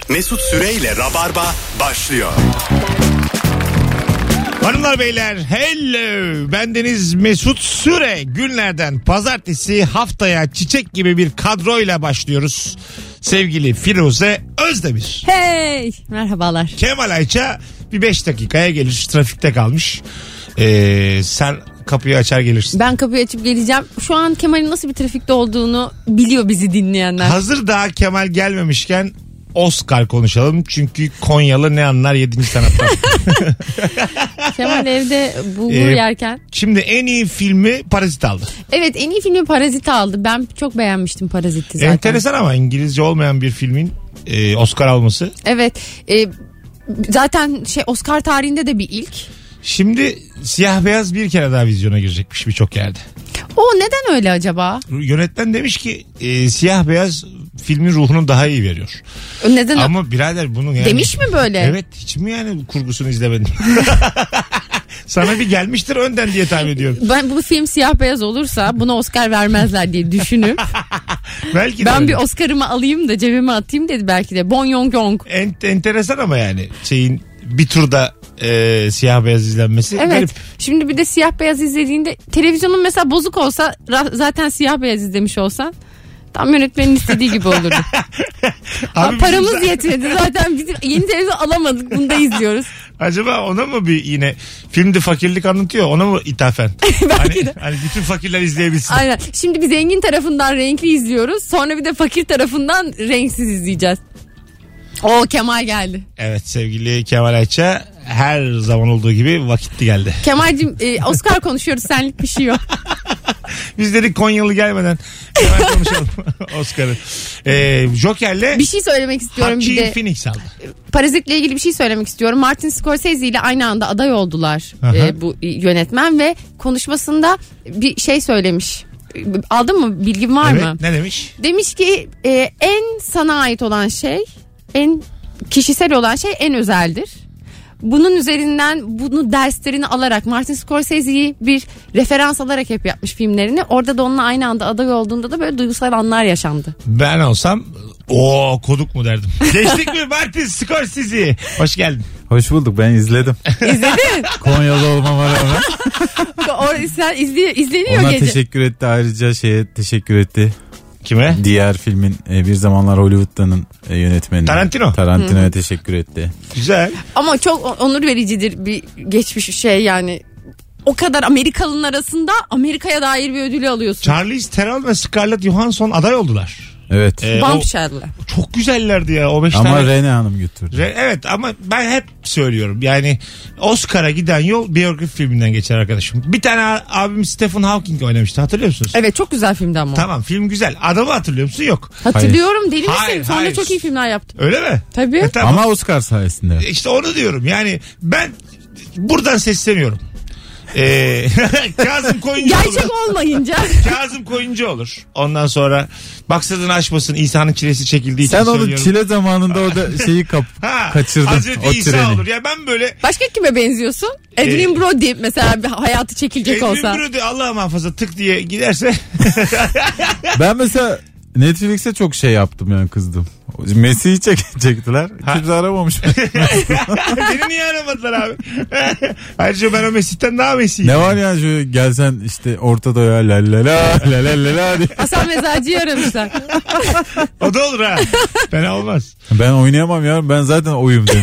Mesut Süreyle Rabarba başlıyor. Hanımlar beyler, hello, bendeniz Mesut Süre. Günlerden pazartesi, haftaya çiçek gibi bir kadroyla başlıyoruz. Sevgili Firuze Özdemir, Hey, merhabalar. Kemal Ayça bir 5 dakikaya gelir, trafikte kalmış. Sen kapıyı açar gelirsin. Ben kapıyı açıp geleceğim. Şu an Kemal'in nasıl bir trafikte olduğunu biliyor bizi dinleyenler. Hazır daha Kemal gelmemişken Oscar konuşalım. Çünkü Konyalı ne anlar 7. sanattan. Kemal evde bulgur yerken. Şimdi en iyi filmi Parazit aldı. Evet, en iyi filmi Parazit aldı. Ben çok beğenmiştim Parazit'i zaten. Enteresan ama İngilizce olmayan bir filmin Oscar alması. Evet. Zaten Oscar tarihinde de bir ilk. Şimdi siyah beyaz bir kere daha vizyona girecekmiş birçok yerde. O neden öyle acaba? Yönetmen demiş ki siyah beyaz filmin ruhunu daha iyi veriyor. Neden? Ama birader bunu yani... Demiş mi böyle? Evet, hiç mi yani kurgusunu izlemedin? Sana bir gelmiştir önden diye tahmin ediyorum. Ben bu film siyah beyaz olursa buna Oscar vermezler diye düşünüp belki ben öyle. bir Oscar'ımı alayım da cebime atayım dedi belki de. Bon Yong Yong. Enteresan ama yani şeyin bir turda siyah beyaz izlenmesi. Evet. Garip. Şimdi bir de siyah beyaz izlediğinde televizyonun mesela bozuk olsa zaten siyah beyaz izlemiş olsan tam yönetmenin istediği gibi olurdu. Abi paramız bizim... yetmedi zaten bizim yeni televizyon alamadık, bunu da izliyoruz. Acaba ona mı bir yine filmde fakirlik anlatıyor, ona mı ithafen? hani bütün fakirler izleyebilsin. Aynen. Şimdi bir zengin tarafından renkli izliyoruz, sonra bir de fakir tarafından renksiz izleyeceğiz. O Kemal geldi. Evet, sevgili Kemal Ayça her zaman olduğu gibi vakitli geldi. Kemal'cim Oscar konuşuyoruz, senlik bir şey yok. Biz dedik Konyalı gelmeden Kemal konuşalım Oscar'ı. Joker'le Bir şey söylemek istiyorum bir Joaquin de. Phoenix aldı. Parazit'le ilgili bir şey söylemek istiyorum. Martin Scorsese ile aynı anda aday oldular bu yönetmen ve konuşmasında bir şey söylemiş. Aldın mı? Bilgin var mı? Ne demiş? Demiş ki en sana ait olan şey, en kişisel olan şey en özeldir. Bunun üzerinden bunu derslerini alarak Martin Scorsese'yi bir referans alarak hep yapmış filmlerini. Orada da onunla aynı anda aday olduğunda da böyle duygusal anlar yaşandı. Ben olsam koduk mu derdim. Geçtik mi Martin Scorsese? Hoş geldin. Hoş bulduk, ben izledim. İzledin. Konyalı olmama rağmen. Sen izleniyor Ona gece. teşekkür etti, ayrıca teşekkür etti. Kime? Diğer filmin bir zamanlar Hollywood'danın yönetmeni. Tarantino'ya teşekkür etti. Güzel. Ama çok onur vericidir bir geçmiş şey yani. O kadar Amerikalı'nın arasında Amerika'ya dair bir ödülü alıyorsun. Charlize Theron ve Scarlett Johansson aday oldular. Evet. Bombshell'le. Çok güzellerdi ya o 5 ama tane. Rene Hanım götürdü. Evet ama ben hep söylüyorum yani Oscar'a giden yol biyografi filminden geçer arkadaşım. Bir tane abim Stephen Hawking oynamıştı, hatırlıyor musunuz? Evet, çok güzel filmdi ama. Tamam, film güzel. Adamı hatırlıyor musun? Yok. Hatırlıyorum, deli misin? Hayır, Sonra hayır. çok iyi filmler yaptım. Öyle mi? Tabii. Tamam. Ama Oscar sayesinde. İşte onu diyorum yani ben buradan sesleniyorum. Kazım Koyuncu olur. Gerçek olmayınca. Kazım Koyuncu olur. Ondan sonra maksadını aşmasın, İsa'nın çilesi çekildiği için Sen onu söylüyorum. çile zamanında orada şeyi kaçırdın. Hazreti o İsa treni. olur. Ya ben böyle Başka kime benziyorsun? Adrien Brody mesela bir hayatı çekilecek olsa. Adrien Brody Allah muhafaza tık diye giderse. Ben mesela Netflix'e çok şey yaptım, yani kızdım. Messi'yi çektiler. Kimse aramamış. Beni niye aramadılar abi? Ayrıca ben o Mesih'ten daha Mesih'im. Ne var ya, şöyle gelsen işte ortada ya la la la la la la diye. Hasan Mezarcı'yı aramışlar. O da olur ha. Fena olmaz. Ben oynayamam ya, ben zaten oyum demiş.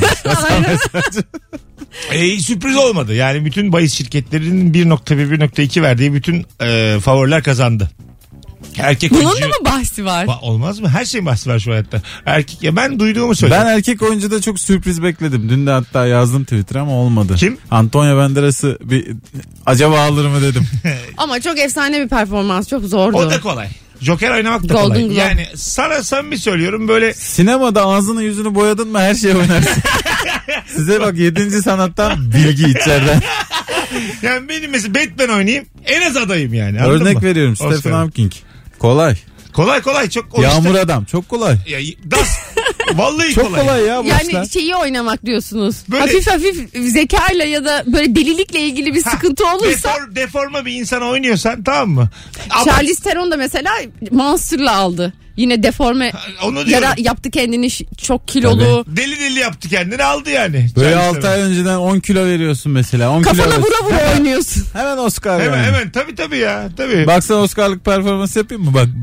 Sürpriz olmadı. Yani bütün bahis şirketlerinin 1.1 1.2 verdiği bütün favoriler kazandı. Erkek Bunun oyuncu... da mı bahsi var? Olmaz mı? Her şeyin bahsi var şu hayatta. Erkek ya, ben duyduğumu söyledim. Ben erkek oyuncuda çok sürpriz bekledim. Dün de hatta yazdım Twitter'a ama olmadı. Kim? Antonio Banderas'ı bir acaba alır mı dedim. Ama çok efsane bir performans, çok zordu. O da kolay. Joker oynamak da Golden kolay. Globe. Yani sana samimi söylüyorum böyle. Sinemada ağzını yüzünü boyadın mı her şeye oynarsın. Size bak 7. sanattan bilgi içeriden. Yani benim mesela Batman oynayayım en az adayım yani. Örnek veriyorum, Stephen Hawking. Kolay. Kolay çok. Yağmur adam çok kolay. Ya, Vallahi Çok kolay ya bu işler. Yani şeyi oynamak diyorsunuz. Böyle- Hafif zekayla ya da böyle delilikle ilgili bir sıkıntı olursa. Deforme bir insana oynuyorsan tamam mı? Ama Charlize Theron da mesela Monster'la aldı. Yine deforme onu diyorum. yaptı kendini çok kilolu. Deli yaptı kendini, aldı yani. Böyle Charlize 6 Theron. ay önceden 10 kilo veriyorsun mesela. 10 Kafana kilo vura vura oynuyorsun. Hemen Oscar Hemen yani. hemen tabii ya tabii. Bak sana Oscar'lık performans yapayım mı? Bak.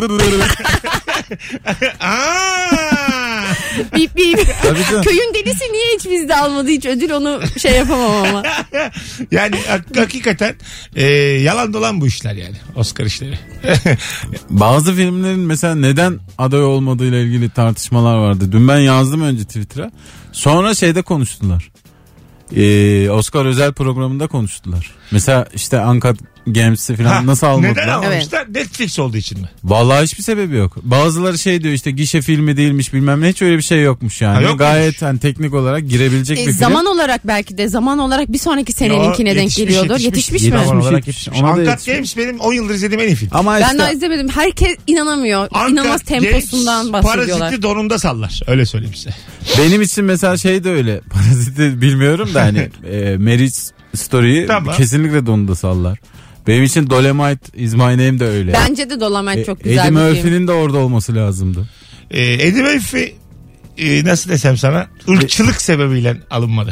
Bip bip. Tabii canım. Köyün delisi niye hiç bizde almadı hiç ödül, onu şey yapamam ama. Yani hakikaten yalan dolan bu işler yani. Oscar işleri. Bazı filmlerin mesela neden aday olmadığıyla ilgili tartışmalar vardı. Dün ben yazdım önce Twitter'a. Sonra şeyde konuştular. Oscar özel programında konuştular. Mesela işte Uncut Games'i falan nasıl almadılar? Neden almamışlar? Netflix olduğu için mi? Vallahi hiçbir sebebi yok. Bazıları şey diyor işte gişe filmi değilmiş bilmem ne, hiç öyle bir şey yokmuş yani. Yokmuş. Gayet hani teknik olarak girebilecek bir film. Zaman olarak belki de zaman olarak bir sonraki seneninkine denk geliyordur. Yetişmiş mi? Zaman olarak Yetişmiş. ona da Uncut yetişmiş. Games benim 10 yıldır izlediğim en iyi film. Ama Ben işte daha izlemedim. Herkes inanamıyor. Uncut İnanılmaz temposundan Games bahsediyorlar. Parazit'i donunda sallar. Öyle söyleyeyim size. benim için mesela şey de öyle. Parazit'i bilmiyorum da hani Marriage Story'yi Tamam. kesinlikle donunda sallar. Benim için Dolemite Is My Name de öyle. Bence de Dolomite çok güzel Eddie bir film. Murphy'nin de orada olması lazımdı. Eddie Murphy nasıl desem sana, ırkçılık sebebiyle alınmadı.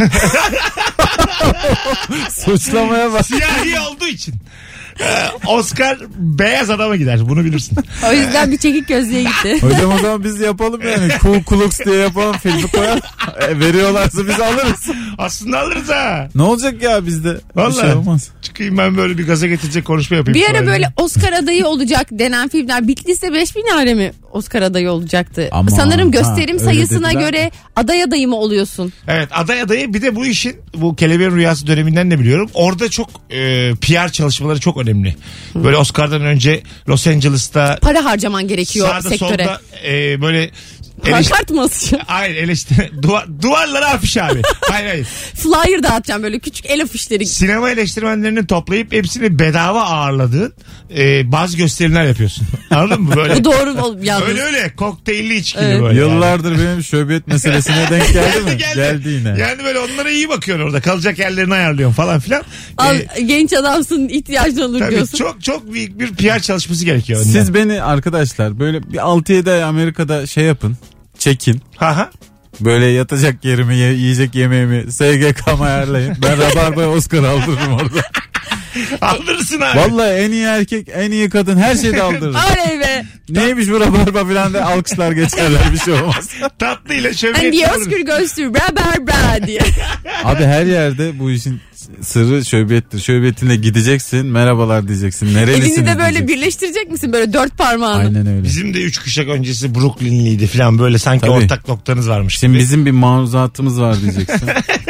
Suçlamaya bak. Siyahi olduğu için. Oscar beyaz adama gider, bunu bilirsin. O yüzden bir çekik gözlüğe gitti. Hocam o zaman biz yapalım yani. Cool Klux diye yapalım, filmi koyalım. Veriyorlarsa biz alırız. Aslında alırız ha. Ne olacak ya bizde? Bir Vallahi. şey olmaz. Çıkayım ben böyle bir gaza getirecek konuşma yapayım. Bir ara sonra. böyle Oscar adayı olacak denen filmler Bitlis'te 5000 mi Oscar adayı olacaktı? Aman, Sanırım gösterim öyle sayısına dediler. göre aday adayı mı oluyorsun? Evet, aday adayı, bir de bu işin, bu Kelebeğin Rüyası döneminden de biliyorum. Orada çok PR çalışmaları çok önemli. Böyle Oscar'dan önce Los Angeles'ta Para harcaman gerekiyor sağda sektöre. solda böyle Pankart mı asacağım? hayır, duvarlara afiş abi. Hayır. Flyer dağıtacağım böyle küçük el afişleri. Sinema eleştirmenlerini toplayıp hepsini bedava ağırladığın bazı gösterimler yapıyorsun. Anladın mı böyle? Bu doğru yalnız. Öyle kokteylli içkili Evet. böyle. Yıllardır benim şöbiyet meselesine denk geldi mi? Geldi yine. Yani böyle onlara iyi bakıyorsun orada. Kalacak yerlerini ayarlıyorsun falan filan. Al, genç adamsın, ihtiyacın olur Tabii diyorsun. çok büyük bir PR çalışması gerekiyor. önden. Siz beni arkadaşlar böyle bir 6-7 ay Amerika'da şey yapın. Çekin. Ha. Böyle yatacak yerimi, yiyecek yemeğimi SGK'ma ayarlayın. Ben Rabarba'ya Oscar aldırırım orada. Aldırırsın abi. Vallahi en iyi erkek, en iyi kadın her şeyde aldırırım. Oley be. Neymiş bu Rabarba filan da alkışlar geçerler, bir şey olmaz. Tatlıyla şöbiyet. And the Oscar goes to bra bra bra diye. Abi her yerde bu işin sırrı şöbiyettir. Şöbiyetinle gideceksin, merhabalar diyeceksin. Nerelisiniz Elini de böyle diyeceksin. birleştirecek misin böyle 4 parmağını? Aynen öyle. Bizim de 3 kuşak öncesi Brooklynliydi falan, böyle sanki Tabii. ortak noktanız varmış Şimdi gibi. bizim bir maruzatımız var diyeceksin.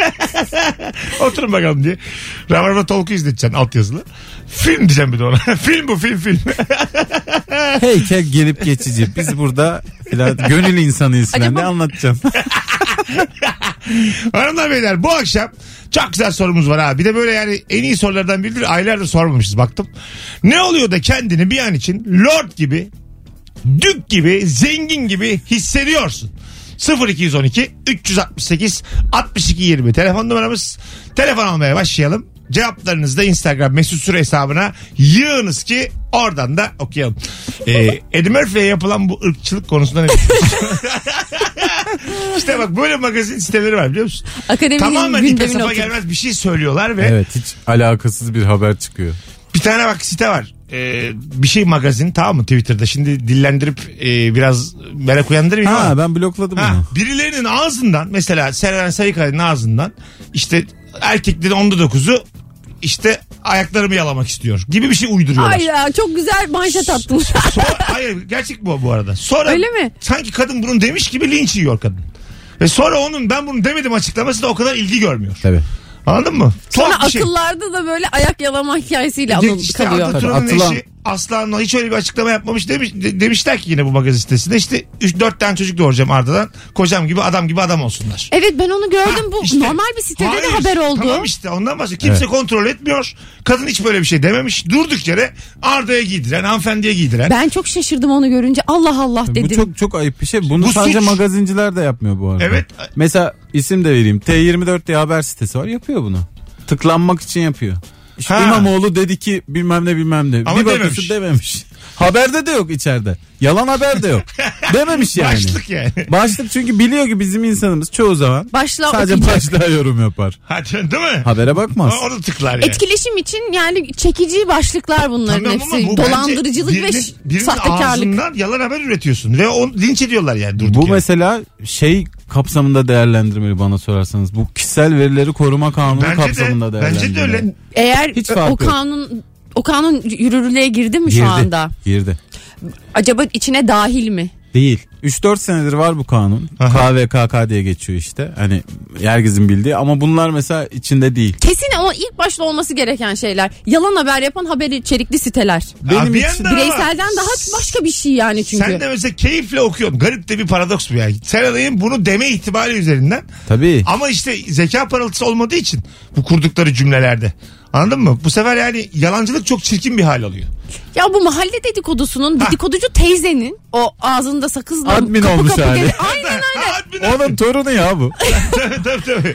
Oturun bakalım diye. Rabarba Talk'u izleteceksin altyazılı. Film diyeceğim bir de ona. Film bu, film. Heykel gelip geçici. Biz burada filan gönül insanıyız filan. Acaba- Ne anlatacaksın? Hanımlar beyler, bu akşam çok güzel sorumuz var ha. Bir de böyle yani en iyi sorulardan biridir. Aylardır sormamışız, baktım. Ne oluyor da kendini bir an için lord gibi, dük gibi, zengin gibi hissediyorsun? 0212 368 62 20 telefon numaramız. Telefon almaya başlayalım. Cevaplarınızı da Instagram Mesut Süre hesabına yığınız ki oradan da okuyalım. Eddie Murphy'ye yapılan bu ırkçılık konusunda ne düşünüyorsun? İşte bak, böyle magazin siteleri var, biliyor musun? Akademinin Tamamen ipe gündemine sapa oturdu. gelmez bir şey söylüyorlar ve Evet, hiç alakasız bir haber çıkıyor. bir tane bak site var. Bir şey magazin, tamam mı, Twitter'da. Şimdi dillendirip biraz merak uyandırmayayım ama. Ha, ben blokladım onu. Birilerinin ağzından, mesela Seren Sayıkaya'nın ağzından işte erkeklerin 9'u işte ayaklarımı yalamak istiyor gibi bir şey uyduruyorlar. Ay ya, çok güzel manşet attın. Hayır, gerçek bu arada. Sonra Öyle mi? sanki kadın bunu demiş gibi linç yiyor kadın. Ve sonra onun ben bunu demedim açıklaması da o kadar ilgi görmüyor. Tabii. Anladın mı? Sonra Tuhaf bir şey. akıllarda da böyle ayak yalama hikayesiyle İşte kalıyor. Ataturk'un Tabii, atılan- eşi Aslan hiç öyle bir açıklama yapmamış demişler ki yine bu magazin sitesinde işte 3-4 tane çocuk doğuracağım ardından kocam gibi adam olsunlar. Evet ben onu gördüm bu işte, normal bir sitede de haber oldu. Tamam işte ondan bahsediyor. Kimse kontrol etmiyor. Kadın hiç böyle bir şey dememiş. Durduk yere Arda'ya giydiren, hanımefendiye giydiren. Ben çok şaşırdım onu görünce Allah Allah dedim. Bu çok çok ayıp bir şey. Bunu Bu sadece suç. magazinciler de yapmıyor bu arada. Evet. Mesela isim de vereyim. T24 diye haber sitesi var. Yapıyor bunu. Tıklanmak için yapıyor. İşte İmamoğlu dedi ki bilmem ne. Ama bir bakıyorsun dememiş. Haberde de yok içeride. Yalan haber de yok. Dememiş yani. Başlık yani. Başlık çünkü biliyor ki bizim insanımız çoğu zaman sadece başlığa yorum yapar. Hadi değil mi? Habere bakmaz. Onu tıklar yani. Etkileşim için yani çekici başlıklar bunların Tamam hepsi. ama bu Dolandırıcılık bence ve sahtekarlık. ağzından yalan haber üretiyorsun ve onu linç ediyorlar yani durduk Bu yere. mesela kapsamında değerlendirmeli bana sorarsanız. Bu kişisel verileri koruma kanunu kapsamında değerlendirmeli. Bence de öyle. Eğer Hiç fark yok. o kanun yürürlüğe girdi mi şu anda? Girdi. Acaba içine dahil mi? Değil. 3-4 senedir var bu kanun. KVKK diye geçiyor işte. Hani herkesin bildiği ama bunlar mesela içinde değil. Kesin o ilk başta olması gereken şeyler. Yalan haber yapan haber içerikli siteler. Benim için bireyselden daha başka bir şey yani çünkü. Sen de mesela keyifle okuyorsun. Garip de bir paradoks bu yani. Serenay'ın bunu deme ihtimali üzerinden. Tabii. Ama işte zeka parıltısı olmadığı için bu kurdukları cümlelerde. Anladın mı? Bu sefer yani yalancılık çok çirkin bir hal alıyor. Ya bu mahalle dedikodusunun dedikoducu teyzenin o ağzında sakızla admin olmuş hali. Aynen öyle. Onun torunu ya bu. Tabii.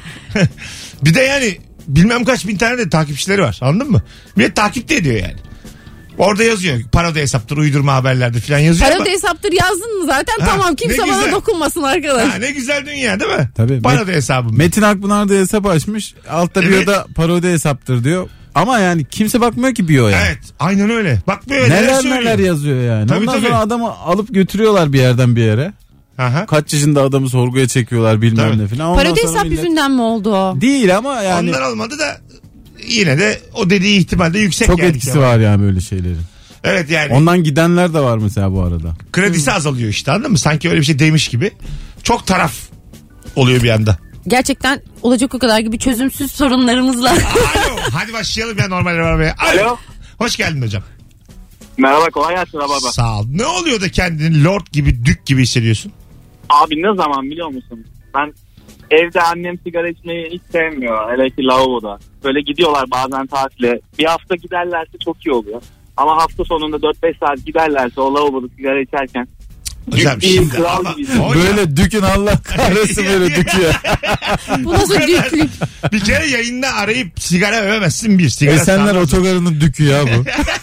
Bir de yani bilmem kaç bin tane de takipçileri var. Anladın mı? Bir de takip de ediyor yani. Orada yazıyor. Parodi hesaptır, uydurma haberlerdir falan yazıyor. Parodi hesaptır yazdın mı zaten tamam kimse bana dokunmasın arkadaş. Ne güzel dünya değil mi? Tabii. Parodi hesabım. Metin Akpınar da hesap açmış. Altta bio'da parodi hesaptır diyor. Ama yani kimse bakmıyor ki bio'ya. Evet aynen öyle. Bakmıyor. Neler yazıyor yani. Tabii, Ondan sonra adamı alıp götürüyorlar bir yerden bir yere. Aha. Kaç yaşında adamı sorguya çekiyorlar bilmem ne falan. Parodi hesap yüzünden mi oldu o? Değil ama yani. Ondan olmadı da yine de o dediği ihtimalde yüksek. Çok etkisi var yani böyle şeylerin. Evet yani. Ondan gidenler de var mesela bu arada. Kredisi azalıyor işte anladın mı? Sanki öyle bir şey demiş gibi. Çok taraf oluyor bir anda. Gerçekten olacak o kadar gibi çözümsüz sorunlarımızla. Alo. Hadi başlayalım ya normal arabaya. Alo. Hoş geldin hocam. Merhaba kolay gelsin baba. Sağ ol. Ne oluyor da kendini lord gibi dük gibi hissediyorsun? Abi ne zaman biliyor musun? Ben evde annem sigara içmeyi hiç sevmiyor. Hele ki lavaboda. Böyle gidiyorlar bazen tatile. Bir hafta giderlerse çok iyi oluyor. Ama hafta sonunda 4-5 saat giderlerse o lavaboda sigara içerken Hocam şimdi ama böyle dükün Allah kahretsin böyle dükü ya. Bu nasıl düklük? Bir kere yayında arayıp sigara övemezsin bir. Sigara Esenler otogarının dükü ya bu.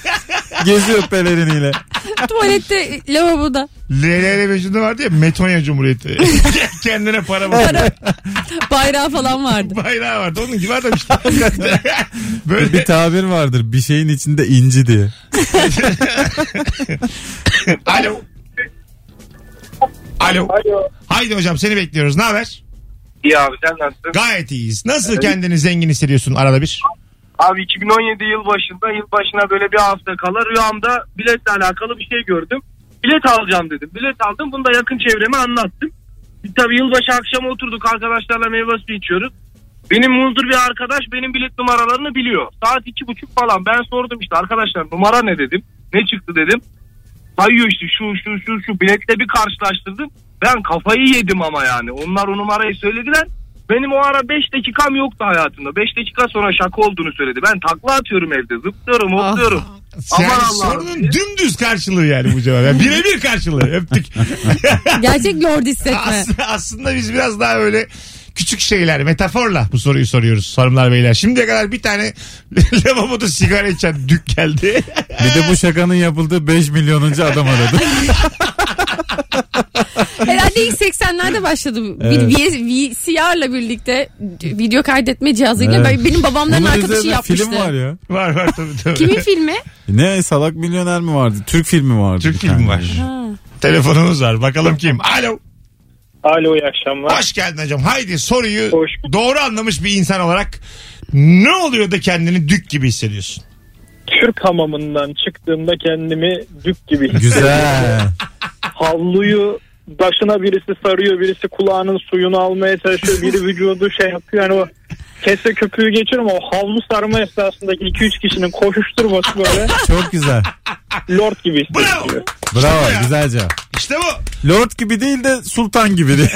Geziyor peleriniyle. Tuvalette lavaboda. LLR Mecnun'da vardı ya Metonya Cumhuriyeti. Kendine para var. Bayrağı falan vardı. Bayrağı vardı onun gibi adam işte. Böyle... Bir tabir vardır bir şeyin içinde inci diye. Alo. Alo. Alo. Haydi hocam seni bekliyoruz. Ne haber? İyi abi sen nasılsın? Gayet iyiyiz. Nasıl kendini zengin hissediyorsun arada bir? Abi 2017 yılbaşına böyle bir hafta kala rüyamda biletle alakalı bir şey gördüm. Bilet alacağım dedim. Bilet aldım. Bunu da yakın çevreme anlattım. Tabii yılbaşı akşamı oturduk arkadaşlarla meyve suyu içiyoruz. Benim muzdur bir arkadaş benim bilet numaralarını biliyor. Saat 2.30 falan ben sordum işte arkadaşlar numara ne dedim. Ne çıktı dedim. Sayıyor işte şu biletle bir karşılaştırdım. Ben kafayı yedim ama yani. Onlar o numarayı söylediler. Benim o ara 5 dakikam yoktu hayatımda. 5 dakika sonra şaka olduğunu söyledi. Ben takla atıyorum evde. Zıplıyorum, hopluyorum. Yani sorunun dümdüz karşılığı yani bu cevap. Yani birebir karşılığı. Öptük. Gerçek lord hissetme. Aslında biz biraz daha öyle küçük şeyler, metaforla bu soruyu soruyoruz hanımlar beyler. Şimdiye kadar bir tane lavaboda sigara içen dük geldi. Bir de bu şakanın yapıldığı 5 milyonuncu adam aradı. Herhalde ilk 80'lerde başladı. Evet. Bir VCR'la birlikte video kaydetme cihazıyla benim babamların arkadaşı yapmıştı. Film var ya. Var tabii. Kimin filmi? Ne salak milyoner mi vardı? Türk filmi vardı. Türk filmi var. Telefonumuz var. Bakalım kim? Alo. Alo iyi akşamlar. Hoş geldin hocam. Haydi soruyu doğru anlamış bir insan olarak ne oluyor da kendini dük gibi hissediyorsun? Türk hamamından çıktığımda kendimi dük gibi hissediyorum. Güzel. Havluyu başına birisi sarıyor, birisi kulağının suyunu almaya çalışıyor, biri vücudu şey yapıyor. Yani o Kese köpüğü geçiyorum, o havlu sarma esnasındaki 2-3 kişinin koşuşturması böyle Çok güzel. lord gibi Bravo. hissediyor. Bravo, ya. güzel cevap. İşte bu. Lord gibi değil de sultan gibi de.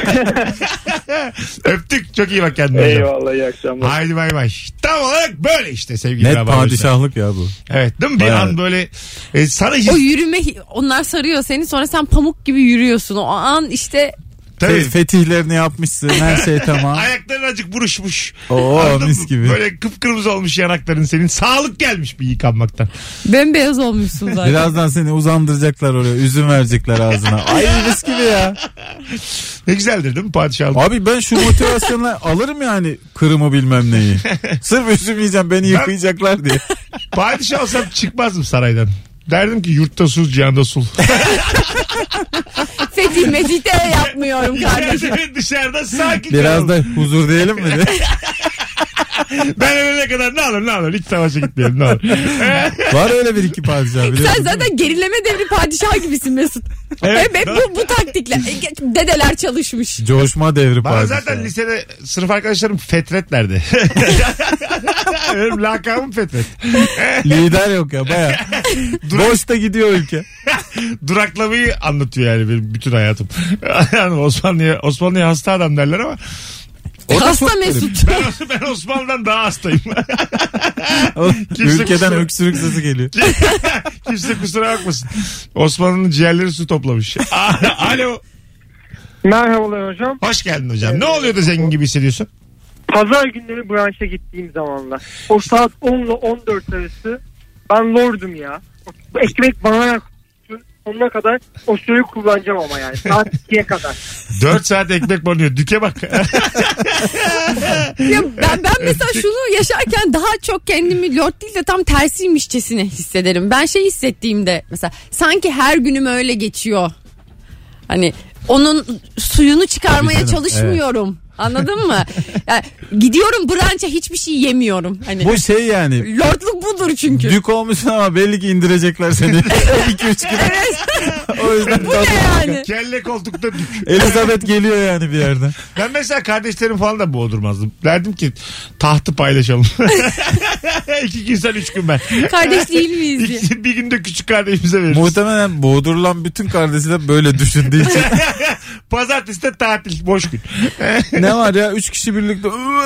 Öptük. Çok iyi bak kendine. Eyvallah, iyi akşamlar. Haydi bay bay. Tam olarak böyle işte sevgili Net Rabarbacılar. padişahlık ya bu. Evet değil mi? Bir Bayağı. an böyle sana O yürüme, onlar sarıyor seni, sonra sen pamuk gibi yürüyorsun. O an işte tabii. Fetihlerini yapmışsın, her şey tamam. Ayakların acık buruşmuş. Oo, Anladın mis mı? gibi. Böyle kıpkırmızı olmuş yanakların senin. Sağlık gelmiş bir yıkanmaktan. bembeyaz olmuşsun zaten. Birazdan seni uzandıracaklar oraya, üzüm verecekler ağzına. Ay mis gibi ya. Ne güzeldir değil mi padişahlık? Abi ben şu motivasyonla alırım yani kırımı bilmem neyi. Sırf üzüm yiyeceğim, beni yıkayacaklar diye. Padişah olsam çıkmazdım saraydan. Derdim ki yurtta sul, cihanda sul. Fetih metih de yapmıyorum kardeşim. Dışarıda sakin Biraz kalalım. da huzur diyelim mi de. Ben ölene kadar ne olur hiç savaşa gitmeyelim ne olur. Var öyle bir iki padişah biliyorsun. Sen zaten gerileme devri padişah gibisin Mesut. Evet. Hep bu taktikle. Dedeler çalışmış. Coşma devri Bana padişah. zaten lisede sınıf arkadaşlarım Fetret derdi. Benim lakabım Fetret. Lider yok ya baya. Boşta gidiyor ülke. Duraklamayı anlatıyor yani benim bütün hayatım. Yani Osmanlı'ya hasta adam derler ama Hasta Mesut. ben Osmanlı'dan daha hastayım. Ülkeden öksürük sesi geliyor. Kimse kusura bakmasın. Osmanlı'nın ciğerleri su toplamış. Alo. Merhabalar hocam. Hoş geldin hocam. Ne oluyor da zengin gibi hissediyorsun? Pazar günleri branşa gittiğim zamanlar. O saat 10 ile 14 arası ben lordum ya. Ekmek bana sonuna kadar o süreyi kullanacağım ama yani. Saat 2'ye kadar. 4 saat ekmek banıyor. Düke bak. Ya ben mesela şunu yaşarken daha çok kendimi lord değil de tam tersiymişçesine hissederim. Ben şey hissettiğimde mesela sanki her günüm öyle geçiyor. Hani onun suyunu çıkarmaya Tabii canım, çalışmıyorum. Anladın mı? Yani gidiyorum branşa, hiçbir şey yemiyorum. Hani Bu şey yani. lordluk budur çünkü. Dük olmuşsun ama belli ki indirecekler seni. 2-3 gün. Evet. O yüzden Bu ne yani? Kelle koltukta dük. Elizabeth geliyor yani bir yerden. Ben mesela kardeşlerim falan da boğdurmazdım. Derdim ki tahtı paylaşalım. 2 gün sen 3 gün ben. Kardeş değil miyiz diye. Bir günde küçük kardeşimize veririz. Muhtemelen boğdurulan bütün kardeşi de böyle düşündüğü için. Pazartesi de tatil boş gün. Ne var ya 3 kişi birlikte.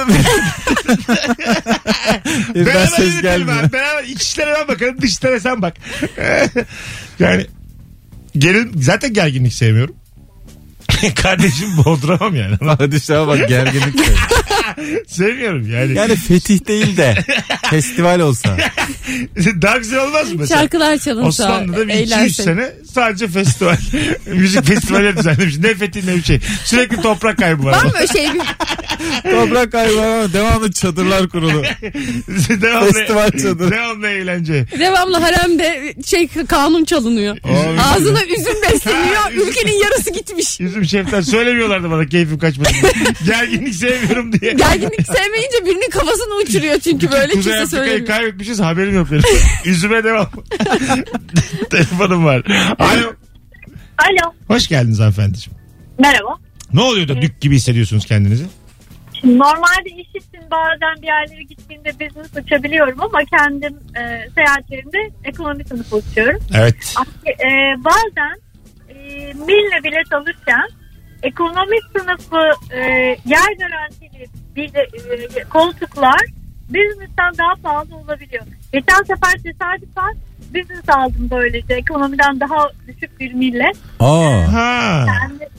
Ben Beraber ses yönetelim gelmiyor. abi. Beraber iç işlere ben bakarım, dış işlere sen bak. Yani zaten gerginlik sevmiyorum. Kardeşim boğduramam yani. Padişaha bak gerginlik. Sevmiyorum yani. Yani fetih değil de festival olsa. Daha güzel olmaz mı mesela? Şarkılar çalınsa, Osmanlı'da bir 200 eğlensek. sene sadece festival. Müzik festivali düzenlemiş. Ne fethi ne bir şey. Sürekli toprak kaybı var. Var mı öyle şey? Toprak kaybı ama devamlı çadırlar kurulu. Devamlı, Festival çadırı. devamlı eğlence. Devamlı haremde kanun çalınıyor. Abi. Ağzına üzüm besleniyor. Ha, üzüm. Ülkenin yarısı gitmiş. Yüzüm şeften söylemiyorlardı bana keyfim kaçmasın. Gerginlik sevmiyorum diye. Gerginlik sevmeyince birinin kafasını uçuruyor çünkü böyle Kuzey kimse Afrika'yı söylemiyor. kaybetmişiz, haberim yok benim. Üzüme devam. Telefonum var. Alo. Alo. Hoş geldiniz hanımefendiciğim. Merhaba. Ne oluyor da dük gibi hissediyorsunuz kendinizi? Şimdi normalde iş için bazen bir yerlere gittiğimde business uçabiliyorum ama kendim seyahatlerimde ekonomi sınıfı uçuyorum. Evet. Bazen mille bilet alırken ekonomi sınıfı yer garantili koltuklar business'tan daha pahalı olabiliyor. Geçen sefer tesadüfen business aldım böylece ekonomiden daha düşük bir mille. Ha.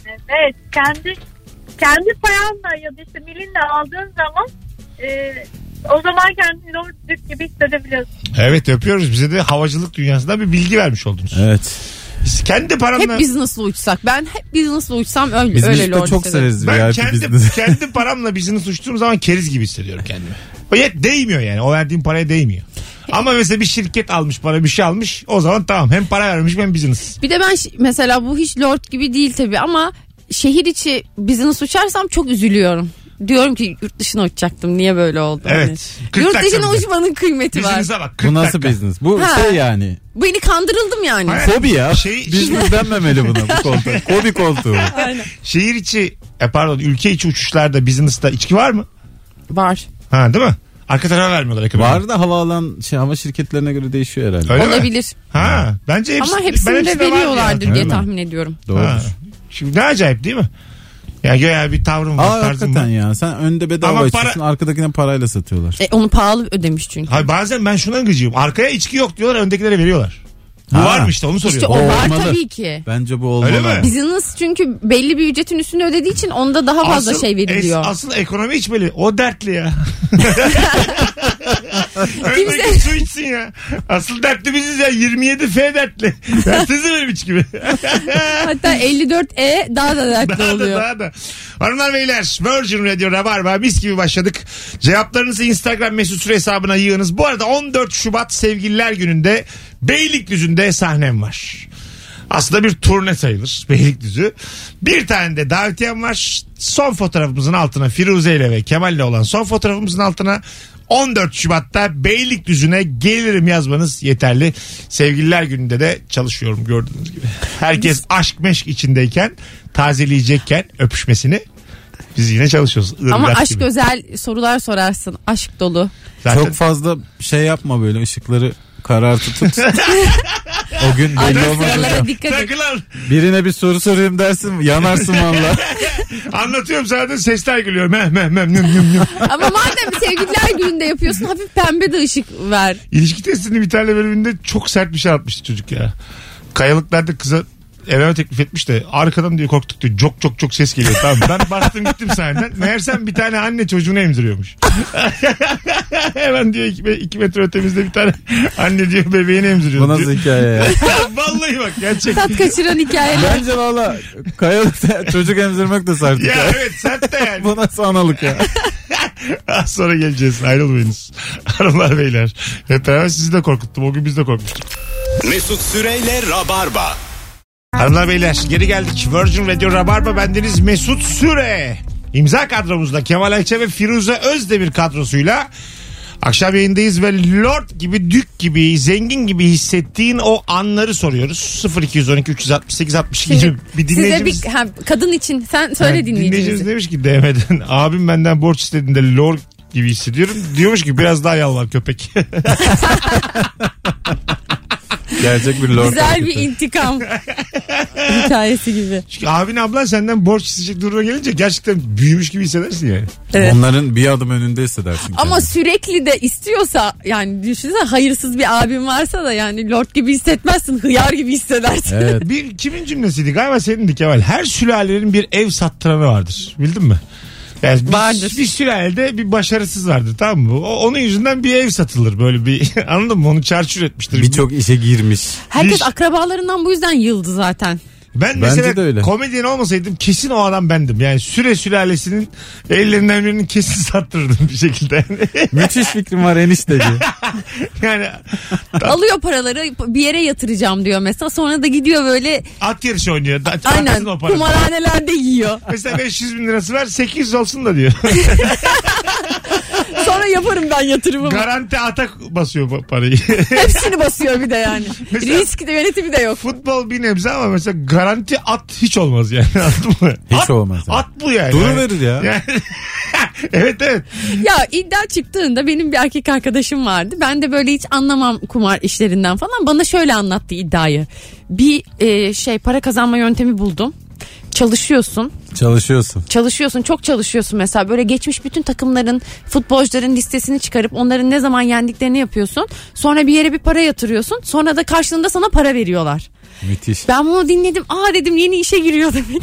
Kendi paranla ya da işte milinle aldığın zaman o zaman kendini lordluk gibi hissedebiliyorsun. Evet, öpüyoruz. Bize de havacılık dünyasında bir bilgi vermiş oldunuz. Evet. Kendi paramla... Hep business'la uçsak. Ben hep business'la uçsam öyle Biz öyle işte lord çok hissederim. severiz Ben VIP kendi paramla business uçtuğum zaman keriz gibi hissediyorum kendimi. O değmiyor yani. O verdiğim paraya değmiyor. Ama mesela bir şirket almış, para bir şey almış, o zaman tamam, hem para vermiş hem business. Bir de ben mesela bu hiç lord gibi değil tabii ama şehir içi business uçarsam çok üzülüyorum. Diyorum ki yurt dışına uçacaktım, niye böyle oldu? Evet. Hani. Yurt dışına dakika uçmanın kıymeti var. Business'a bak. 40 Bu nasıl dakika. business? Bu Ha. şey yani. Beni kandırıldım yani. Hayır. Fobi ya. Şey- Business denmemeli buna bu koltuğa. Fobi koltuğu. Aynen. Şehir içi, ülke içi uçuşlarda business'ta içki var mı? Var. Ha değil mi? Arka tarafa vermiyorlar ekonomi. Var da hava şirketlerine göre değişiyor herhalde. Öyle mi? Olabilir. Ha, bence hepsi, Ama ben hepsini de hepsinde var veriyorlardır ya. diye Öyle mi? tahmin ediyorum. Doğrudur. Ha. Şimdi ne acayip değil mi? Ya göğe bir tavrım var, tarzım Hakikaten var. ya. Sen önde bedava Ama içiyorsun, arkadakine parayla satıyorlar. Onu pahalı ödemiş çünkü. Hayır, bazen ben şuna gıcığım. Arkaya içki yok diyorlar, öndekilere veriyorlar. Bu Ha. var mı işte, onu İşte soruyorum. o var olmalı. tabii ki. Bence bu olmalı. Öyle mi? Business çünkü belli bir ücretin üstüne ödediği için onda daha fazla şey veriliyor. Asıl ekonomi içmeli. O dertli ya. Kimse- Öndeki su içsin ya. Asıl dertli biziz ya. 27F dertli. Dertsiz benim iç gibi. Hatta 54E daha da dertli oluyor. Daha da. Hanımlar beyler, Virgin Radio Rabarba mis gibi başladık. Cevaplarınızı Instagram mesut süre hesabına yığınız. Bu arada 14 Şubat Sevgililer Günü'nde Beylikdüzü'nde sahnem var. Aslında bir turne sayılır Beylikdüzü. Bir tane de davetiyem var. Son fotoğrafımızın altına, Firuze ile ve Kemal'le olan son fotoğrafımızın altına 14 Şubat'ta Beylikdüzü'ne gelirim yazmanız yeterli. Sevgililer Günü'nde de çalışıyorum gördüğünüz gibi. Herkes aşk meşk içindeyken, tazeleyecekken öpüşmesini, biz yine çalışıyoruz. Ama Irgat aşk gibi. özel sorular sorarsın. Aşk dolu. Zaten Çok fazla şey yapma, böyle ışıkları karartı tut. O gün belli Ay, olmaz sıralara hocam. dikkat et. takılan. Birine bir soru sorayım dersin, yanarsın valla. Anlatıyorum zaten, sesler gülüyor. Meh meh meh nüm nüm nüm. Ama madem Sevgililer Günü'nde yapıyorsun hafif pembe de ışık ver. İlişki testinin bir tane bölümünde çok sert bir şey atmıştı çocuk ya. Kayalıklarda kıza evlenme teklif etmiş de arkadan diyor korktuk diyor. Çok çok çok ses geliyor. Tamam, ben bastım gittim sahneden. Meğersem bir tane anne çocuğunu emziriyormuş. Hemen diyor 2 metre ötemizde bir tane anne diyor bebeğini emziriyor. Bu nasıl diyor. hikaye ya? Vallahi bak, gerçek. Tat kaçıran hikayeler. Bence valla kayalıkta çocuk emzirmek de sert Ya hikaye. evet, sert de yani. Bu nasıl analık ya? Az sonra geleceğiz, ayrılmayınız. Hanımlar beyler. Hep beraber sizi de korkuttum. O gün biz de korkmuştuk. Mesut Süreyle Rabarba. Hanımlar beyler, geri geldik. Virgin Radio Rabarba, bendeniz Mesut Süre. İmza kadromuzda Kemal Ayça ve Firuze Özdemir kadrosuyla akşam yayındayız ve lord gibi, dük gibi, zengin gibi hissettiğin o anları soruyoruz. 0212 368 62 gibi bir Size dinleyicimiz. bir kadın için sen söyle Dinleyicimiz dinleyicimizi. demiş ki DM'den abim benden borç istediğinde lord gibi hissediyorum. Diyormuş ki biraz daha yalvar köpek. Gerçek bir lord. Güzel bir hareketi. intikam hikayesi gibi. Çünkü abin ablan senden borç isteyecek duruma gelince gerçekten büyümüş gibi hissedersin yani. Evet. Onların bir adım önünde hissedersin. Ama kendini. sürekli de istiyorsa, yani düşünsene hayırsız bir abin varsa da yani lord gibi hissetmezsin, hıyar gibi hissedersin. Evet. Bir kimin cümlesiydi? Galiba senindi Kemal. Her sülalenin bir ev sattıranı vardır. Bildin mi? Yani Vardır. Bir sülalede bir başarısız vardır, tamam mı? Onun yüzünden bir ev satılır böyle bir anladın mı? Onu çarçur etmiştir. Birçok işe girmiş. Herkes Bir- akrabalarından bu yüzden yıldı zaten. Ben Bence mesela de öyle. komedyen olmasaydım kesin o adam bendim. Yani Süre sülalesinin ellerinden birini kesin sattırırdım bir şekilde. Müthiş fikrim var enişte diye. Yani Alıyor paraları bir yere yatıracağım diyor mesela. Sonra da gidiyor böyle at yarışı oynuyor. aynen Atasın o parayı. kumarhanelerde yiyor. Mesela 500 bin lirası ver, 800 olsun da diyor. Sonra yaparım ben yatırımımı. Garanti ata basıyor parayı. Hepsini basıyor bir de yani. Mesela- Risk de yönetimi de yok. Futbol bir nebze ama mesela garanti at hiç olmaz yani. Anladın mı? Hiç At- olmaz yani. At bu yani. Duruverir ya. Yani- evet evet. Ya iddia çıktığında benim bir erkek arkadaşım vardı. Ben de böyle hiç anlamam kumar işlerinden falan. Bana şöyle anlattı iddiayı. Bir para kazanma yöntemi buldum. Çalışıyorsun. Çok çalışıyorsun mesela. Böyle geçmiş bütün takımların, futbolcuların listesini çıkarıp onların ne zaman yendiklerini yapıyorsun. Sonra bir yere bir para yatırıyorsun. Sonra da karşılığında sana para veriyorlar. Müthiş. Ben bunu dinledim. Aa dedim, yeni işe giriyor demek.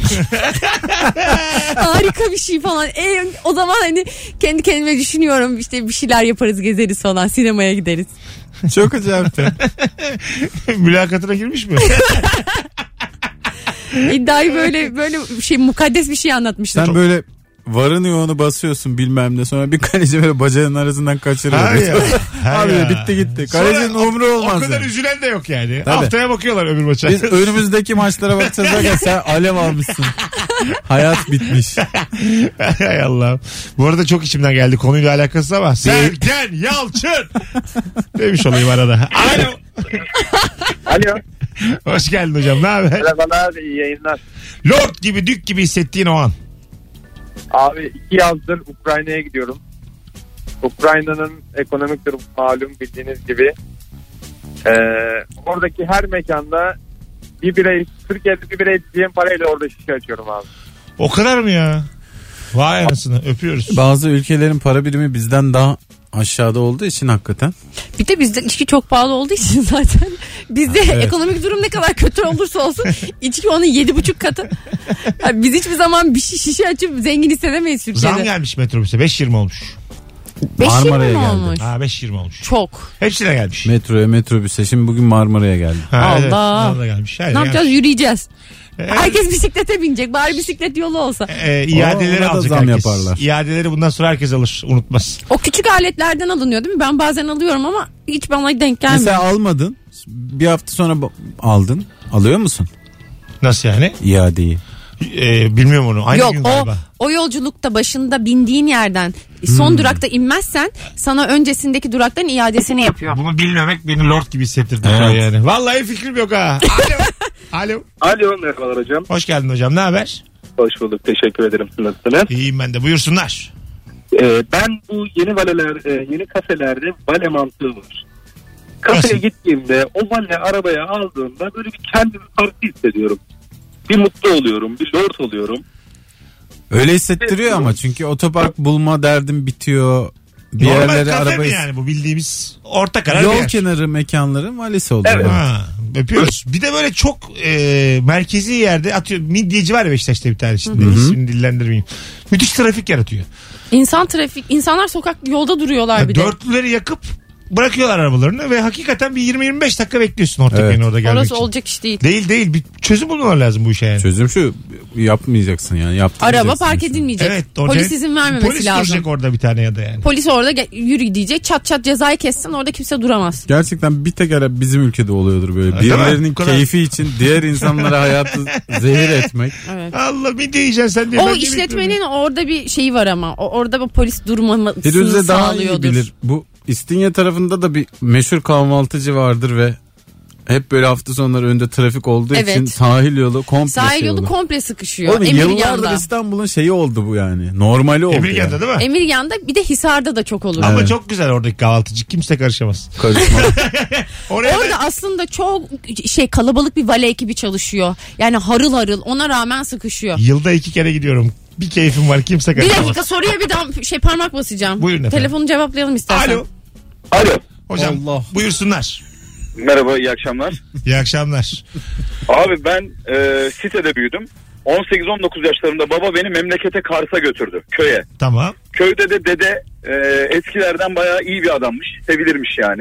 Harika bir şey falan. O zaman hani kendi kendime düşünüyorum, işte bir şeyler yaparız, gezeriz falan, sinemaya gideriz. Çok acayip. Mülakatına girmiş mi? İddiayı böyle mukaddes bir şey anlatmıştım. Sen böyle varın yoğunu basıyorsun bilmem ne, sonra bir kaleci böyle bacağının arasından kaçırıyor. Ha ya. Ha Abi ya. bitti gitti. Sonra Kalecinin umru olmaz. O kadar yani. üzülen de yok yani. Tabii. Haftaya bakıyorlar öbür maça. Biz önümüzdeki maçlara bakacağız derken sen alev almışsın. Hayat bitmiş. Hay Allah. Bu arada çok içimden geldi konuyla alakası ama Sergen Yalçın demiş olayım arada. Alo. Alo. Hoş geldin hocam, ne haber? Merhabalar, iyi yayınlar. Lord gibi, dük gibi hissettiğin o an. Abi 2 yazdır Ukrayna'ya gidiyorum. Ukrayna'nın ekonomik durumu malum bildiğiniz gibi. Oradaki her mekanda bir birey, Türkiye'de bir birey içeceğim parayla orada şişe açıyorum abi. O kadar mı ya? Vay anasını, öpüyoruz. Bazı ülkelerin para birimi bizden daha aşağıda olduğu için hakikaten. Bir de bizde içki çok pahalı olduğu için zaten bizde ekonomik durum ne kadar kötü olursa olsun içki onun 7,5 katı. Yani biz hiçbir zaman bir şişe açıp zengin hissedemeyiz Türkiye'de. Zam gelmiş metrobüse, 5.20 olmuş. 5.20 Marmara'ya mi geldi. olmuş? Ha 5.20 olmuş. Çok. Hepsine gelmiş. Metroya, metrobüse, şimdi bugün Marmara'ya geldi. Ha, evet, Allah. ona da gelmiş. Ne yapacağız? Yürüyeceğiz. Evet. Herkes bisiklete binecek. Bari bisiklet yolu olsa. İadeleri Ona da alacak zam herkes. yaparlar. İadeleri bundan sonra herkes alır. Unutmaz. O küçük aletlerden alınıyor değil mi? Ben bazen alıyorum ama hiç bana denk gelmiyor. Mesela almadın. Bir hafta sonra aldın. Alıyor musun Nasıl yani? iadeyi? Bilmiyorum onu. Aynı Yok gün galiba. o yolculukta başında bindiğin yerden son durakta inmezsen sana öncesindeki duraktan iadesini yapıyor. Bunu bilmemek beni lord gibi hissettirdi Evet. şu an yani. Vallahi fikrim yok ha. Alo. Alo, merhabalar hocam. Hoş geldin hocam. Ne haber? Hoş bulduk, teşekkür ederim. Nasılsınız? İyiyim ben de. Buyursunlar. Ben bu yeni kafelerde vale mantığı var. Kafeye Nasıl? gittiğimde o vale arabaya aldığımda böyle bir kendimi farklı hissediyorum. Bir mutlu oluyorum, bir lord oluyorum. Öyle hissettiriyor ama çünkü otopark bulma derdim bitiyor. Bir Normal yerlere kafe mi arabayı... yani bu bildiğimiz orta karar bir Yol yer. kenarı mekanların valisi oluyor. Evet. yani. Ha, öpüyoruz. Bir de böyle çok merkezi yerde atıyor. Midyeci var ya Beşiktaş'ta bir tane şimdi. İsmini dillendirmeyeyim. Müthiş trafik yaratıyor. İnsanlar sokak yolda duruyorlar bir de. Dörtlüleri yakıp bırakıyorlar arabalarını ve hakikaten bir 20-25 dakika bekliyorsun ortakayın Evet. orada gelmek Orası için. olacak iş değil. Değil. Bir çözüm bulmalar lazım bu işe yani. Çözüm şu, yapmayacaksın yani. Yaptırmayacaksın Araba park mesela. edilmeyecek. Evet. orada- Polis izin vermemesi Polis lazım. duracak orada bir tane ya da yani. Polis orada yürü diyecek, çat çat cezayı kessin, orada kimse duramaz. Gerçekten bir tek ara bizim ülkede oluyordur böyle. Değil mi? Birilerinin Bu kadar. keyfi için diğer insanlara hayatı zehir etmek. Evet. Allah midye yiyeceksin sen diye. O ben de işletmenin bekliyorum. orada bir şeyi var ama. Orada bu polis durmamasını Firuze daha iyi sağlıyordur. bilir. Bu İstinye tarafında da bir meşhur kahvaltıcı vardır ve hep böyle hafta sonları önde trafik olduğu Evet. için sahil yolu komple Sahil şey yolu olur. komple sıkışıyor. Oğlum yıllardır Emirgan'da. İstanbul'un şeyi oldu bu yani. Normali oldu. Emirgan'da yani. değil mi? Emirgan'da bir de Hisar'da da çok olur. Ama Evet. çok güzel oradaki kahvaltıcı. Kimse karışamaz. Karışma. Oraya Orada aslında çok kalabalık bir vale ekibi çalışıyor. Yani harıl harıl, ona rağmen sıkışıyor. yılda 2 kere gidiyorum. Bir keyfim var, kimse Bir karışamaz. dakika, soruya bir parmak basacağım. Buyurun efendim. Telefonu cevaplayalım istersen. Alo. Alo. Hocam Allah. buyursunlar. Merhaba, iyi akşamlar. İyi akşamlar. Abi ben sitede büyüdüm. 18-19 yaşlarında baba beni memlekete Kars'a götürdü, köye. Tamam. Köyde de dede eskilerden bayağı iyi bir adammış, sevilirmiş yani.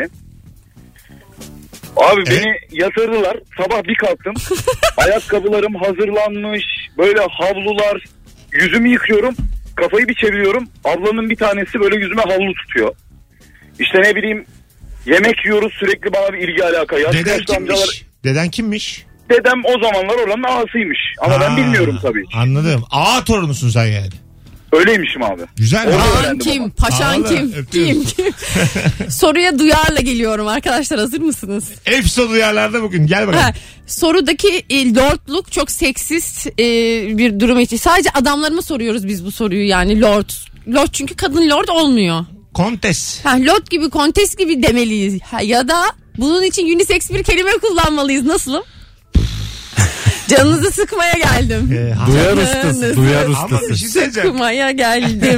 Abi Evet. beni yatırdılar, sabah bir kalktım. Ayakkabılarım hazırlanmış, böyle havlular, yüzümü yıkıyorum, kafayı bir çeviriyorum. Ablamın bir tanesi böyle yüzüme havlu tutuyor. İşte ne bileyim, yemek yiyoruz, sürekli bana bir ilgi alaka. Deden Yaşlı amcalar. kimmiş? Deden kimmiş? Dedem o zamanlar oranın ağasıymış. Ama ben Ha, bilmiyorum tabii. Anladım. Ağa torunusun sen yani. Öyleymişim abi. Güzel. Orada Ha. Ağan öğrendim kim? ama. Paşan Ağla, kim? öpüyoruz. Kim? Soruya duyarla geliyorum arkadaşlar, hazır mısınız? Efso duyarlarda bugün. Gel bakalım. Ha, sorudaki lordluk çok seksist bir durum için. Sadece adamlarıma soruyoruz biz bu soruyu, yani lord. Lord çünkü kadın lord olmuyor. Kontes. Ha, lord gibi, kontes gibi demeliyiz. Ha, ya da bunun için unisex bir kelime kullanmalıyız. Nasılım? Canınızı sıkmaya geldim. Duyar ustası. Duyar Ama bir ustası. şey söyleyeceğim. Sıkmaya geldim.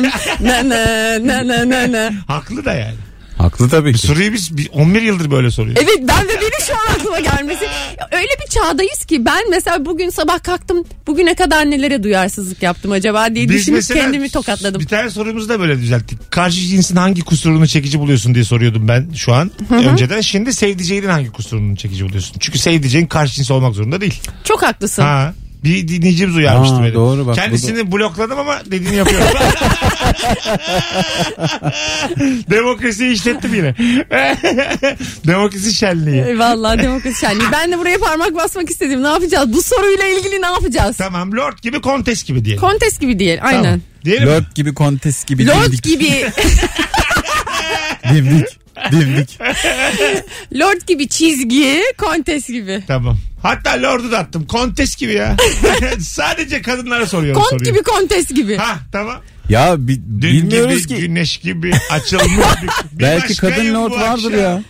Na. Haklı da yani. Haklı tabii ki. Soruyu biz 11 yıldır böyle soruyoruz. Evet, ben de benim şu an aklıma gelmesi. Öyle bir çağdayız ki ben mesela bugün sabah kalktım, bugüne kadar nelere duyarsızlık yaptım acaba diye Biz düşünüp mesela kendimi tokatladım. Bir tane sorumuzu da böyle düzelttik. Karşı cinsin hangi kusurunu çekici buluyorsun diye soruyordum ben şu an. Önceden. Şimdi sevdiceğinin hangi kusurunu çekici buluyorsun? Çünkü sevdiceğin karşı cins olmak zorunda değil. Çok haklısın. Ha. Bir dinleyicimiz uyarmıştı Aa, beni. doğru bak, Kendisini blokladım ama dediğini yapıyorum. Demokrasiyi işlettim yine. Demokrasi şenliği. Vallahi demokrasi şenliği. Ben de buraya parmak basmak istedim. Ne yapacağız? Bu soruyla ilgili ne yapacağız? Tamam, lord gibi kontes gibi diyelim. Kontes gibi değil. Aynen. Tamam. Diyelim mi? Lord gibi, kontes gibi. Lord dimdik. gibi. Dimdik. Dimdik. Lord gibi çizgi, kontes gibi. Tamam. Hatta lordu da attım. Kontes gibi ya. Sadece kadınlara soruyorum. Kont gibi, kontes gibi. Ha tamam. Ya Dün bilmiyoruz gibi, ki. güneş gibi açılmış. Belki kadın lord bu vardır akşam. ya.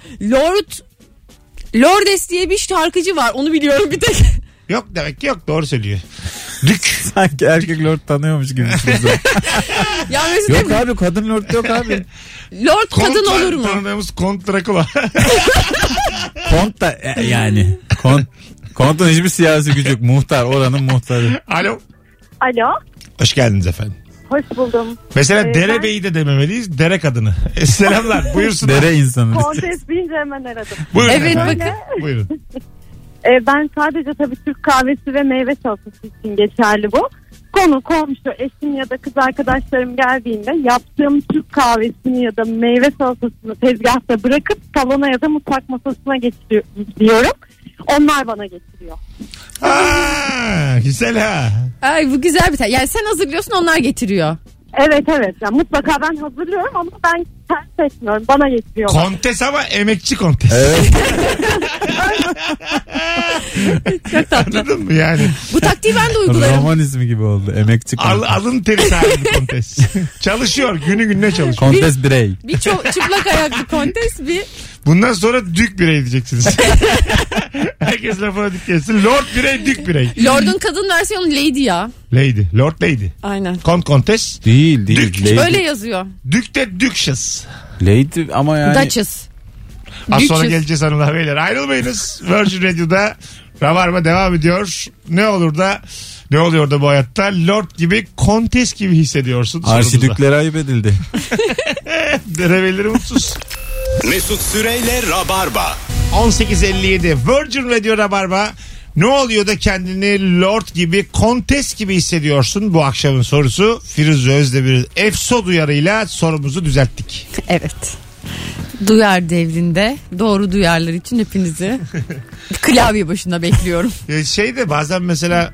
Lordes diye bir şarkıcı var. Onu biliyorum bir tek. Yok demek ki yok. Doğru söylüyor. Dük. Sanki erkek lord tanıyormuş gibi. Ya Mesut Yok abi, kadın lord yok abi. Lord kadın olur mu? Tanıdığımız Kont Drakula. Kont da yani. Kont'un hiçbir siyasi gücü yok. Muhtar, oranın muhtarı. Alo. Alo. Hoş geldiniz efendim. Hoş buldum. Mesela derebeyi de dememeliyiz. Dere kadını. Selamlar. Buyursunlar. Dere insanı. Kontes deyince hemen aradım. Buyurun Evet, efendim. bakın. Buyurun. Ben sadece tabii Türk kahvesi ve meyve salatası için geçerli bu. Konu komşu, eşim ya da kız arkadaşlarım geldiğinde yaptığım Türk kahvesini ya da meyve salatasını tezgahta bırakıp salona ya da mutfak masasına getiriyorum. Onlar bana getiriyor. Aa, güzel ha. Ay bu güzel bir Yani sen hazırlıyorsun, onlar getiriyor. Evet. Yani mutlaka ben hazırlıyorum ama ben ters etmiyorum. Bana getiriyorlar. Kontes ama emekçi kontes. Evet. Çok tatlı. Anladın mı yani? Bu taktiği ben de uygularım. Roman ismi gibi oldu. Emekçi kontes. Alın teri sahibi kontes. Çalışıyor. Günü gününe çalışıyor. Kontes birey. Bir çıplak ayaklı kontes, bir Bundan sonra dük birey diyeceksiniz. Herkes lafına dikkat etsin. Lord birey, dük birey. Lord'un kadın versiyonu Lady ya. Lady. Lord lady. Aynen. Kontes. Değil. Dük. Lady. Öyle yazıyor. Dük de dükşes. Lady ama yani. Duchess. Az sonra Duchess. geleceğiz hanımlar beyler. Ayrılmayınız. Virgin Radio'da Rabarba devam ediyor. Ne oluyor da bu hayatta? Lord gibi, kontes gibi hissediyorsun. Arşidükleri ayıp edildi. Derebeleri mutsuz. Mesut Süreyle Rabarba. 18.57 Virgin Radio Rabarba. Ne oluyor da kendini lord gibi, kontes gibi hissediyorsun? Bu akşamın sorusu. Firuze Özdemir efso duyarıyla sorumuzu düzelttik. Evet. Duyar devrinde doğru duyarlar için hepinizi klavye başında bekliyorum. Şeyde bazen mesela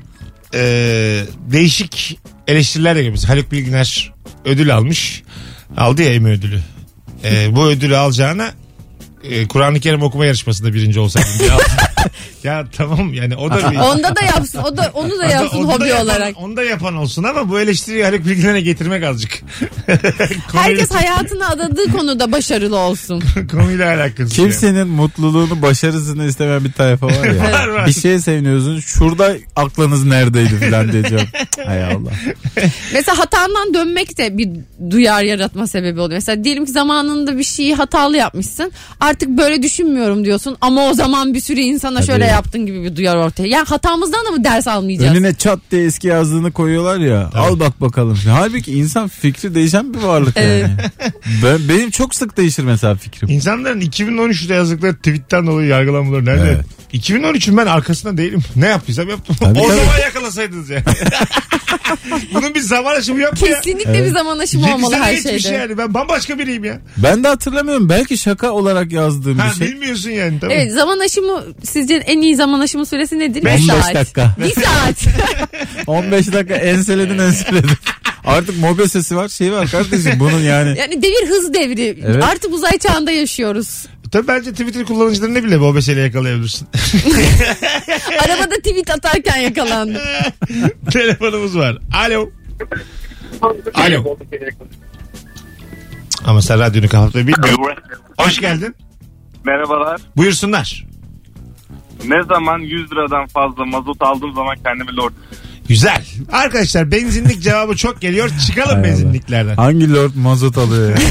değişik eleştiriler de gibi. Haluk Bilginer ödül almış. Aldı ya Emmy ödülü. Bu ödülü alacağına Kur'an-ı Kerim okuma yarışmasında birinci olsaydın diye aldı. Ya tamam yani o da bir... Onda da yapsın. Onu da yapsın Onu da hobi yapan, olarak. onu da yapan olsun ama bu eleştiriyi Haluk Bilginer'e getirmek azıcık. Herkes hayatını adadığı konuda başarılı olsun. Konuyla alakası. Kimsenin mutluluğunu, başarısını istemeyen bir tayfa var ya. Var. Bir şeye seviniyorsun. Şurada aklınız neredeydi falan diyeceğim. Hay Allah. Mesela hatandan dönmek de bir duyar yaratma sebebi oluyor. Mesela diyelim ki zamanında bir şeyi hatalı yapmışsın. Artık böyle düşünmüyorum diyorsun ama o zaman bir sürü insana Tabii. şöyle yaptın gibi bir duyar ortaya. Yani hatamızdan da mı ders almayacağız? Önüne çat diye eski yazdığını koyuyorlar ya. Tabii. Al bak bakalım. Halbuki insan fikri değişen bir varlık Evet. yani. Benim çok sık değişir mesela fikrim. İnsanların 2013'te yazdıkları tweetten dolayı yargılanmaları nerede? Evet. 2013'ün ben arkasında değilim. Ne yaptıysam yaptım. Tabii, o tabii. zaman yakalasaydınız yani. Bunun bir zaman aşımı yok mu ya? Kesinlikle bir zaman aşımı 7 olmalı sene her geçmiş şeyde. yani. Ben bambaşka biriyim ya. Ben de hatırlamıyorum. Belki şaka olarak yazdığım Ha, bir şey. bilmiyorsun yani tamam. Evet, zaman aşımı sizce en iyi zaman aşımı süresi nedir? 15 Bir saat. dakika. Bir saat. 15 dakika enseledin. Artık mobil sesi var, şey var kardeşim bunun yani. Yani devir hız devri. Evet. Artık uzay çağında yaşıyoruz. Tabii bence Twitter kullanıcılarını bile bu meseleyle yakalayabilirsin. Arabada tweet atarken yakalandım. Telefonumuz var. Alo. Alo. Ama sen radyonu kapatmayı bilmiyorum. Hoş geldin. Merhabalar. Buyursunlar. Ne zaman 100 liradan fazla mazot aldığım zaman kendimi lord. Güzel. Arkadaşlar benzinlik cevabı çok geliyor. Çıkalım Hay benzinliklerden. Hangi lord mazot alıyor ya?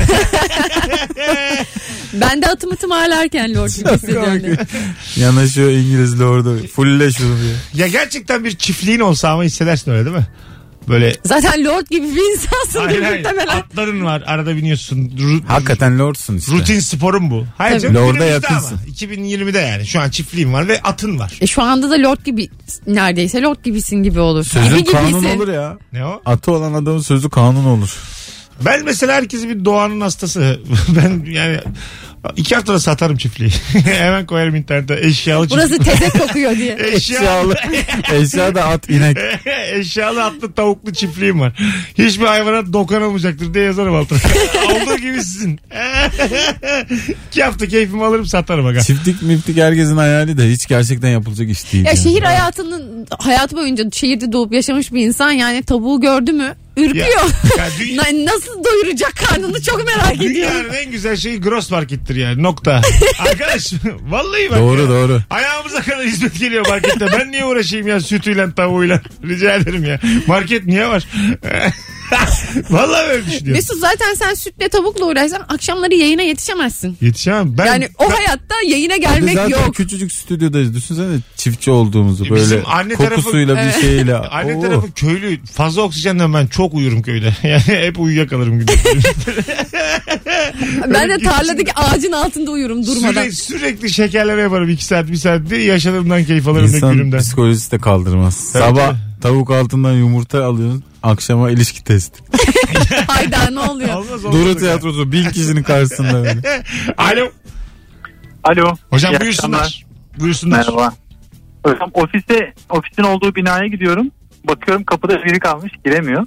Ben de atımı tımarlarken lord gibi hissediyorum. Yanaşıyor İngiliz lordu. Fulle şunu diyor. Ya gerçekten bir çiftliğin olsa ama hissedersin öyle değil mi? Böyle Zaten lord gibi bir insansın hayır, hayır. muhtemelen. Atların var. Arada biniyorsun. Hakikaten lordsun işte. Rutin sporun bu. Hayır Tabii. canım, Lord'a günümüzde yakınsın. ama. 2020'de yani. Şu an çiftliğin var ve atın var. Şu anda da lord gibi neredeyse lord gibisin gibi olur. Sözün gibi kanun gibisin. olur ya. Ne o? Atı olan adamın sözü kanun olur. Ben mesela herkesi bir doğanın hastası. Ben yani 2 haftada satarım çiftliği. Hemen koyarım internete eşyalı çiftlik. Burası tezek kokuyor diye. Eşyalı. Eşya da at inek. Eşyalı atlı tavuklu çiftliğim var. Hiçbir hayvanat dokunamayacaktır diye yazarım altına. Olduğu gibi sizin. 2 hafta keyfimi alırım satarım aga. Çiftlik miftik herkesin hayali de hiç gerçekten yapılacak iş değil. Ya yani. şehir hayatı boyunca şehirde doğup yaşamış bir insan yani tavuğu gördü mü ürküyor. Nasıl doyuracak karnını çok merak ediyorum. Dünyanın en güzel şeyi gross markettir yani nokta. Arkadaş vallahi bak. Doğru ya. doğru. Ayağımıza kadar hizmet geliyor markette. Ben niye uğraşayım ya sütüyle tavuğuyla. Rica ederim ya. Market niye var? Vallahi böyle düşünüyorum. Mesut zaten sen sütle tavukla uğraşsan akşamları yayına yetişemezsin. Yetişemem. Yani o hayatta yayına gelmek Zaten yok. küçücük stüdyodayız. Düşünsene çiftçi olduğumuzu Bizim böyle anne kokusuyla tarafı- bir şeyle. Anne Oo. tarafı köylü. Fazla oksijenden ben çok uyurum köyde. Yani hep uyuyakalırım gündüz. Ben de tarladaki ağacın altında uyurum durmadan. Sürekli şekerleme yaparım 2 saat 1 saat diye yaşadığımdan keyif alırım ne İnsan günümden. psikolojisi de kaldırmaz. Evet, Sabah evet. tavuk altından yumurta alıyorsun. Akşama ilişki testi. Hayda ne oluyor? Olmaz, Duru olmaz. tiyatrosu 1000 kişinin karşısında öyle. Alo. Alo. Hocam İyi buyursunlar. akşamlar. Buyursunlar. Merhaba. Hocam ofisin olduğu binaya gidiyorum. Bakıyorum kapıda biri kalmış, giremiyor.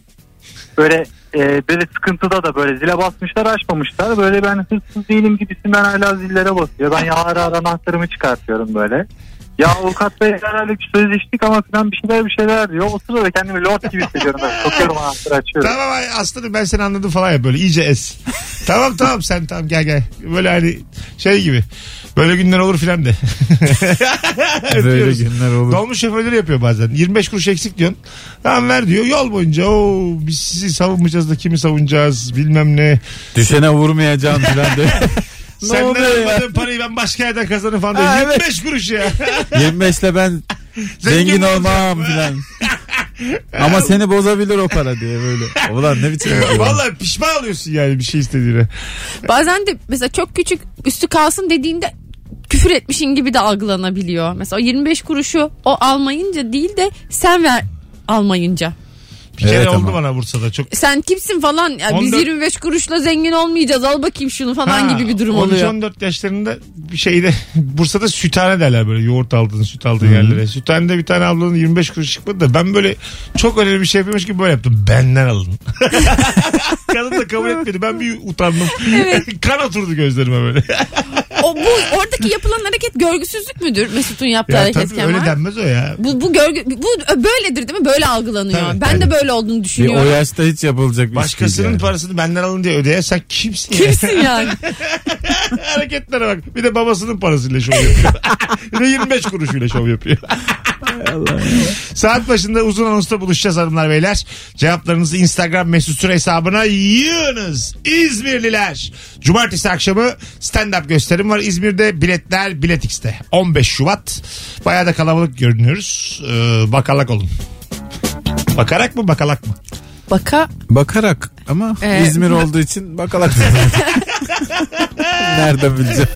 Böyle sıkıntıda da böyle zile basmışlar, açmamışlar. Böyle ben hırsız değilim gibisinden hala zillere basıyor. Ben ya ara anahtarımı çıkartıyorum böyle. Ya avukat bey herhalde bir sözleştik ama falan bir şeyler diyor. O sırada kendimi lord gibi hissediyorum. Sokuyorum anahtarı, açıyorum. Tamam aslanım ben seni anladım falan ya böyle iyice es. tamam sen tamam gel. Böyle hani şey gibi. Böyle günler olur filan de. Böyle Öpüyoruz. günler olur. Dolmuş şoförleri yapıyor bazen. 25 kuruş eksik diyorsun. Tamam ver diyor. Yol boyunca biz sizi savunmayacağız da kimi savunacağız bilmem ne. Düşene vurmayacağım falan diye. Senden oluyor ya? almadığın parayı ben başka yerden kazanırım falan diyor. Ha, 25 kuruş ya. 25'le ben zengin olmam falan. Ama seni bozabilir o para diye böyle. Ulan ne biçim yapıyor? Vallahi pişman oluyorsun yani bir şey istediğine. Bazen de mesela çok küçük üstü kalsın dediğinde küfür etmişin gibi de algılanabiliyor. Mesela o 25 kuruşu o almayınca değil de sen ver almayınca. Bir kere Evet oldu ama. bana Bursa'da çok. Sen kimsin falan ya biz 14 25 kuruşla zengin olmayacağız al bakayım şunu falan gibi bir durum oluyor. 13-14 yaşlarında bir şeyde Bursa'da süthane derler böyle yoğurt aldığın süt aldığın yerlere. Süthanede bir tane ablanın 25 kuruş çıkmadı da ben böyle çok önemli bir şey yapıyormuş gibi böyle yaptım. Benden alın. Kadın da kabul etmedi. Ben bir utandım. Kan oturdu gözlerime böyle. Bu oradaki yapılan hareket görgüsüzlük müdür Mesut'un yaptığı Ya hareket tabii öyle Kemal? denmez o ya. Bu böyledir değil mi? Böyle algılanıyor. Tabii, ben de böyle olduğunu Bir o düşünüyorum. yaşta hiç yapılacak bir iş Başkasının değil yani. parasını benden alın diye ödeyen sen kimsin ya? Kimsin yani? Hareketlere bak. Bir de babasının parasıyla şov yapıyor. Bir de 25 kuruşuyla şov yapıyor. Saat başında uzun anonsta buluşacağız hanımlar beyler. Cevaplarınızı Instagram mesut süre hesabına yığınız. İzmirliler. Cumartesi akşamı stand-up gösterim var. İzmir'de biletler Bilet X'te. 15 Şubat. Bayağı da kalabalık görünüyoruz. Bakalak olun. Bakarak mı bakalak mı? Bakarak ama İzmir olduğu için bakalak. Nereden bileceğim?